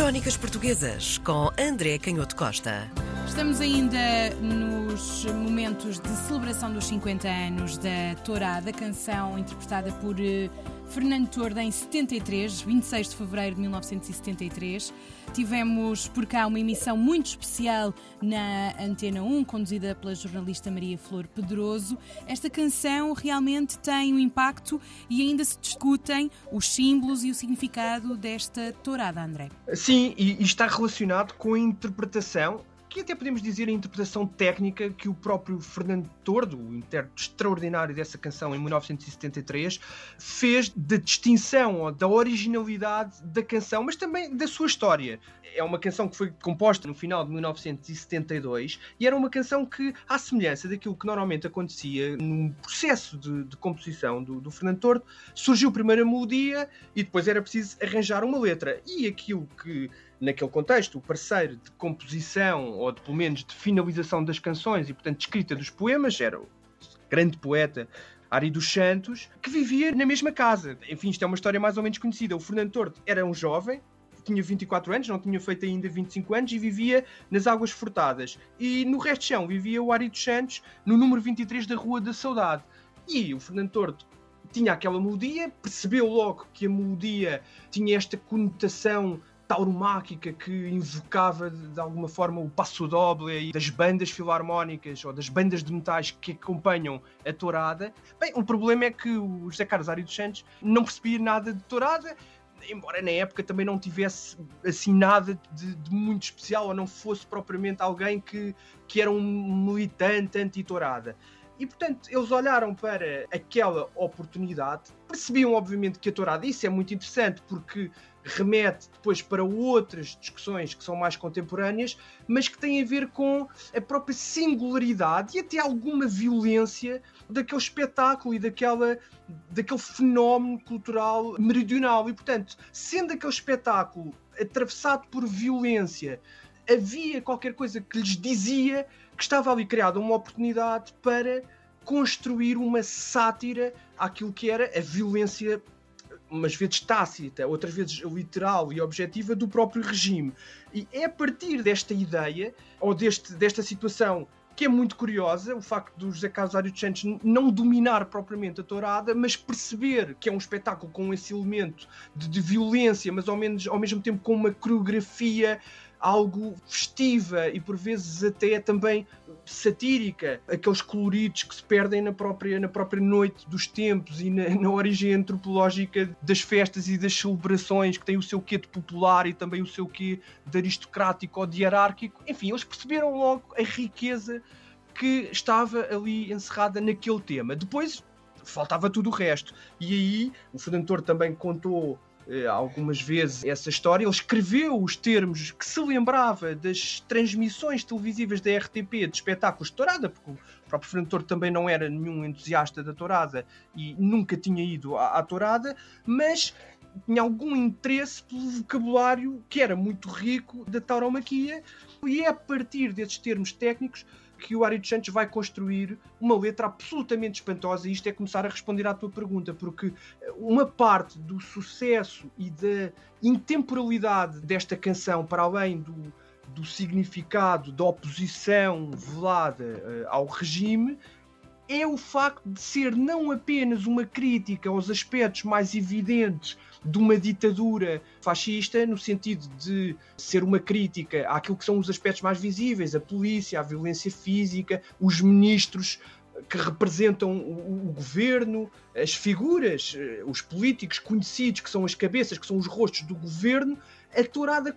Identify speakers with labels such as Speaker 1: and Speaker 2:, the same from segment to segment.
Speaker 1: Crónicas Portuguesas com André Canhoto Costa.
Speaker 2: Estamos ainda nos momentos de celebração dos 50 anos da Tourada, canção interpretada por Fernando Tordo em 73, 26 de fevereiro de 1973. Tivemos por cá uma emissão muito especial na Antena 1, conduzida pela jornalista Maria Flor Pedroso. Esta canção realmente tem um impacto e ainda se discutem os símbolos e o significado desta tourada, André.
Speaker 3: Sim, e está relacionado com a interpretação, que até podemos dizer a interpretação técnica que o próprio Fernando Tordo, o intérprete extraordinário dessa canção em 1973, fez da distinção ou da originalidade da canção, mas também da sua história. É uma canção que foi composta no final de 1972 e era uma canção que, à semelhança daquilo que normalmente acontecia num processo de composição do Fernando Tordo, surgiu primeiro a melodia e depois era preciso arranjar uma letra. E aquilo que, naquele contexto, o parceiro de composição ou de, pelo menos, de finalização das canções e, portanto, de escrita dos poemas era o grande poeta Ari dos Santos, que vivia na mesma casa. Enfim, isto é uma história mais ou menos conhecida. O Fernando Tordo era um jovem, tinha 24 anos, não tinha feito ainda 25 anos e vivia nas Águas Furtadas. E no resto de chão vivia o Ari dos Santos, no número 23 da Rua da Saudade. E o Fernando Tordo tinha aquela melodia, percebeu logo que a melodia tinha esta conotação tauromáquica que invocava de alguma forma o passo doble das bandas filarmónicas ou das bandas de metais que acompanham a tourada. Bem, o problema é que o José Carlos Ari dos Santos não percebia nada de tourada, embora na época também não tivesse assim nada de muito especial ou não fosse propriamente alguém que era um militante anti-tourada. E, portanto, eles olharam para aquela oportunidade, percebiam, obviamente, que a tourada, isso é muito interessante, porque remete depois para outras discussões que são mais contemporâneas, mas que têm a ver com a própria singularidade e até alguma violência daquele espetáculo e daquele fenómeno cultural meridional. E, portanto, sendo aquele espetáculo atravessado por violência, havia qualquer coisa que lhes dizia que estava ali criada uma oportunidade para construir uma sátira àquilo que era a violência, umas vezes tácita, outras vezes literal e objetiva, do próprio regime. E é a partir desta ideia, ou desta situação, que é muito curiosa, o facto do José Carlos Ari dos Santos não dominar propriamente a tourada, mas perceber que é um espetáculo com esse elemento de violência, mas ao mesmo tempo com uma coreografia algo festiva e por vezes até também satírica, aqueles coloridos que se perdem na própria noite dos tempos e na origem antropológica das festas e das celebrações, que tem o seu quê de popular e também o seu quê de aristocrático ou de hierárquico. Enfim, eles perceberam logo a riqueza que estava ali encerrada naquele tema. Depois faltava tudo o resto. E aí o Fernando Tordo também contou algumas vezes essa história. Ele escreveu os termos que se lembrava das transmissões televisivas da RTP de espetáculos de tourada, porque o próprio Fernando Tordo também não era nenhum entusiasta da tourada e nunca tinha ido à tourada, mas tinha algum interesse pelo vocabulário que era muito rico da tauromaquia, e é a partir desses termos técnicos que o Ari dos Santos vai construir uma letra absolutamente espantosa. E isto é começar a responder à tua pergunta, porque uma parte do sucesso e da intemporalidade desta canção, para além do significado da oposição velada ao regime, é o facto de ser não apenas uma crítica aos aspectos mais evidentes de uma ditadura fascista, no sentido de ser uma crítica àquilo que são os aspectos mais visíveis, a polícia, a violência física, os ministros que representam o governo, as figuras, os políticos conhecidos, que são as cabeças, que são os rostos do governo. A tourada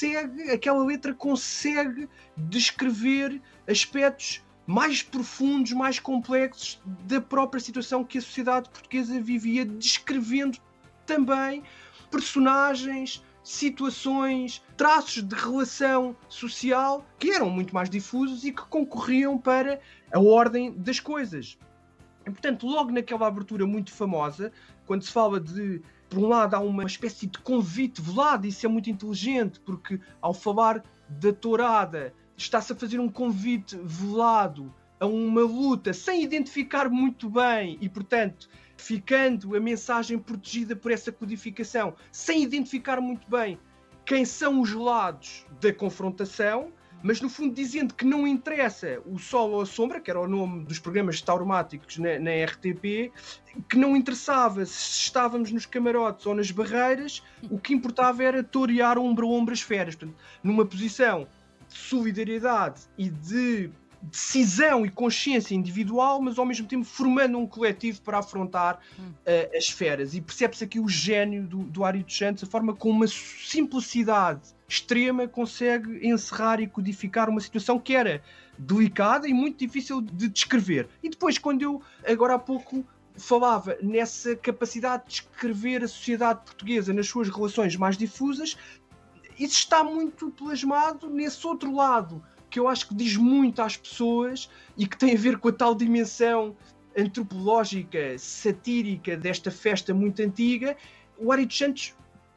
Speaker 3: aquela letra consegue descrever aspectos mais profundos, mais complexos da própria situação que a sociedade portuguesa vivia, descrevendo também personagens, situações, traços de relação social que eram muito mais difusos e que concorriam para a ordem das coisas. E, portanto, logo naquela abertura muito famosa, quando se fala de, por um lado, há uma espécie de convite velado, isso é muito inteligente, porque ao falar da tourada está-se a fazer um convite velado a uma luta sem identificar muito bem e, portanto, ficando a mensagem protegida por essa codificação, sem identificar muito bem quem são os lados da confrontação, mas no fundo dizendo que não interessa o sol ou a sombra, que era o nome dos programas tauromáticos na RTP, que não interessava se estávamos nos camarotes ou nas barreiras, o que importava era torear ombro a ombro as feras. Portanto, numa posição de solidariedade e de decisão e consciência individual, mas ao mesmo tempo formando um coletivo para afrontar as feras. E percebe-se aqui o gênio do Ari dos Santos, a forma como uma simplicidade extrema consegue encerrar e codificar uma situação que era delicada e muito difícil de descrever. E depois, quando eu, agora há pouco, falava nessa capacidade de descrever a sociedade portuguesa nas suas relações mais difusas, isso está muito plasmado nesse outro lado, que eu acho que diz muito às pessoas e que tem a ver com a tal dimensão antropológica, satírica desta festa muito antiga. O Ari dos Santos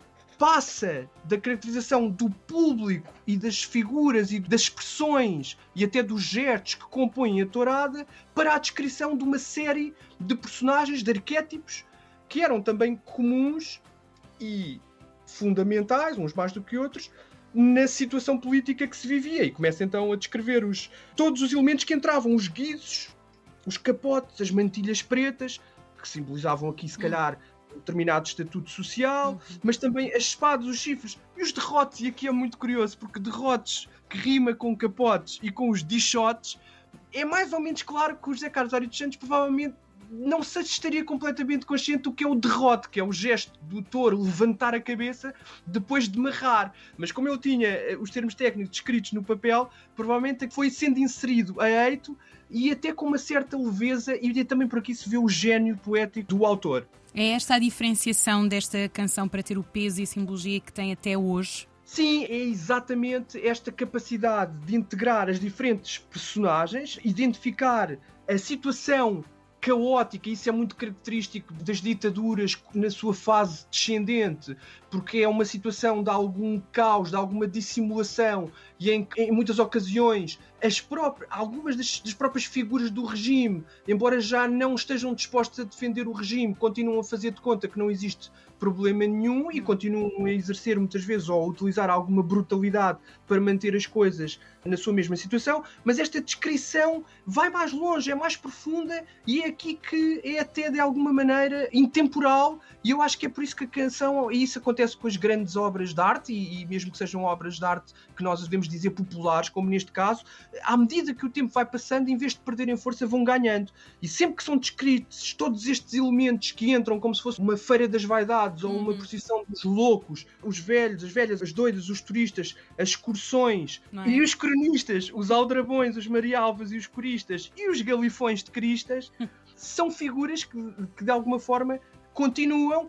Speaker 3: passa da caracterização do público e das figuras e das expressões e até dos gestos que compõem a tourada para a descrição de uma série de personagens, de arquétipos, que eram também comuns e fundamentais, uns mais do que outros, na situação política que se vivia. E começa então a descrever todos os elementos que entravam, os guizos, os capotes, as mantilhas pretas, que simbolizavam aqui, se calhar, um determinado estatuto social, mas também as espadas, os chifres e os derrotes. E aqui é muito curioso, porque derrotes que rima com capotes e com os dichotes, é mais ou menos claro que o José Carlos Ari dos Santos provavelmente não se estaria completamente consciente do que é o derrote, que é o gesto do touro levantar a cabeça depois de marrar. Mas como ele tinha os termos técnicos descritos no papel, provavelmente foi sendo inserido a eito e até com uma certa leveza, e também por aqui se vê o gênio poético do autor.
Speaker 2: É esta a diferenciação desta canção para ter o peso e a simbologia que tem até hoje?
Speaker 3: Sim, é exatamente esta capacidade de integrar as diferentes personagens, identificar a situação caótica. Isso é muito característico das ditaduras na sua fase descendente, porque é uma situação de algum caos, de alguma dissimulação, e em muitas ocasiões algumas das próprias figuras do regime, embora já não estejam dispostas a defender o regime, continuam a fazer de conta que não existe problema nenhum e continuam a exercer muitas vezes ou a utilizar alguma brutalidade para manter as coisas na sua mesma situação. Mas esta descrição vai mais longe, é mais profunda, e é aqui que é até de alguma maneira intemporal, e eu acho que é por isso que a canção, e isso acontece com as grandes obras de arte, e mesmo que sejam obras de arte que nós devemos dizer populares, como neste caso, à medida que o tempo vai passando, em vez de perderem força, vão ganhando. E sempre que são descritos todos estes elementos que entram como se fosse uma feira das vaidades ou uma procissão dos loucos, os velhos, as velhas, as doidas, os turistas, as excursões e os cronistas, os aldrabões, os marialvas e os coristas e os galifões de cristas, são figuras que de alguma forma continuam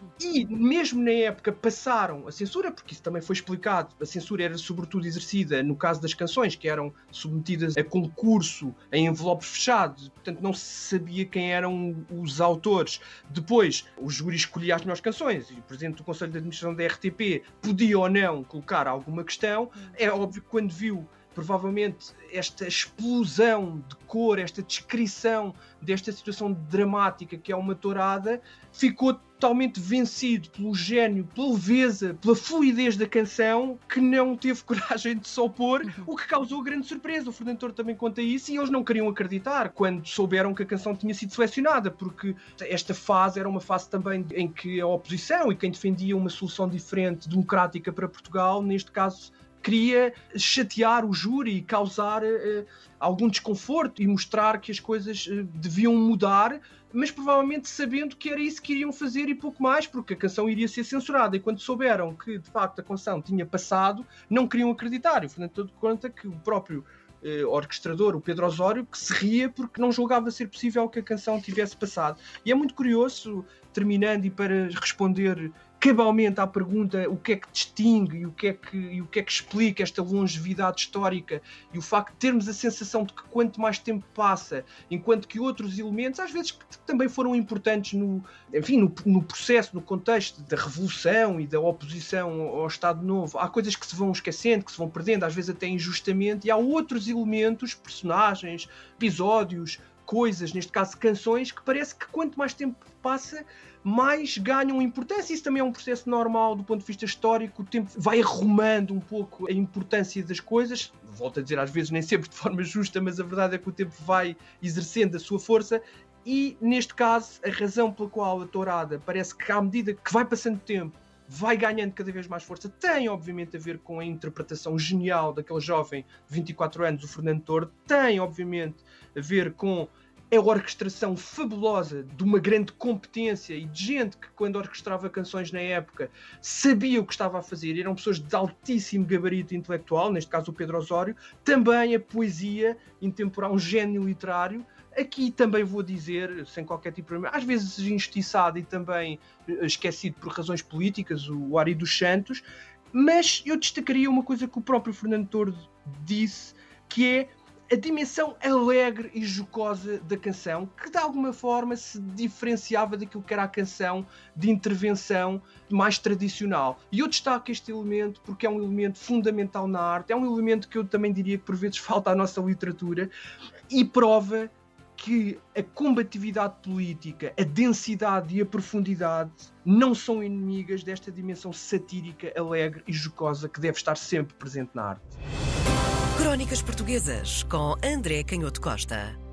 Speaker 3: e mesmo na época passaram a censura, porque isso também foi explicado. A censura era sobretudo exercida no caso das canções, que eram submetidas a concurso em envelope fechado, portanto não se sabia quem eram os autores. Depois o júri escolhia as melhores canções e o presidente do Conselho de Administração da RTP podia ou não colocar alguma questão. É óbvio que quando viu provavelmente esta explosão de cor, esta descrição desta situação dramática que é uma tourada, ficou totalmente vencido pelo gênio, pela leveza, pela fluidez da canção, que não teve coragem de se opor, o que causou grande surpresa. O Fernando Touro também conta isso, e eles não queriam acreditar quando souberam que a canção tinha sido selecionada, porque esta fase era uma fase também em que a oposição e quem defendia uma solução diferente, democrática para Portugal, neste caso queria chatear o júri e causar algum desconforto e mostrar que as coisas deviam mudar, mas provavelmente sabendo que era isso que iriam fazer e pouco mais, porque a canção iria ser censurada. E quando souberam que, de facto, a canção tinha passado, não queriam acreditar. E o Fernando Touro conta que o próprio orquestrador, o Pedro Osório, que se ria porque não julgava ser possível que a canção tivesse passado. E é muito curioso, terminando e para responder cabalmente à pergunta o que é que distingue e o que é que explica esta longevidade histórica e o facto de termos a sensação de que quanto mais tempo passa, enquanto que outros elementos, às vezes que também foram importantes no processo, no contexto da revolução e da oposição ao Estado Novo, há coisas que se vão esquecendo, que se vão perdendo, às vezes até injustamente, e há outros elementos, personagens, episódios, coisas, neste caso canções, que parece que quanto mais tempo passa, mais ganham importância. Isso também é um processo normal do ponto de vista histórico. O tempo vai arrumando um pouco a importância das coisas. Volto a dizer, às vezes nem sempre de forma justa, mas a verdade é que o tempo vai exercendo a sua força. E, neste caso, a razão pela qual a tourada parece que, à medida que vai passando tempo, vai ganhando cada vez mais força, tem obviamente a ver com a interpretação genial daquele jovem de 24 anos, o Fernando Tordo, tem obviamente a ver com a orquestração fabulosa de uma grande competência e de gente que, quando orquestrava canções na época, sabia o que estava a fazer, eram pessoas de altíssimo gabarito intelectual, neste caso o Pedro Osório, também a poesia intemporal, um gênio literário. Aqui também vou dizer, sem qualquer tipo de problema, às vezes injustiçado e também esquecido por razões políticas, o Ari dos Santos, mas eu destacaria uma coisa que o próprio Fernando Tordo disse, que é a dimensão alegre e jocosa da canção, que de alguma forma se diferenciava daquilo que era a canção de intervenção mais tradicional. E eu destaco este elemento porque é um elemento fundamental na arte, é um elemento que eu também diria que por vezes falta à nossa literatura, e prova que a combatividade política, a densidade e a profundidade não são inimigas desta dimensão satírica, alegre e jocosa que deve estar sempre presente na arte.
Speaker 1: Crónicas Portuguesas com André Canhoto Costa.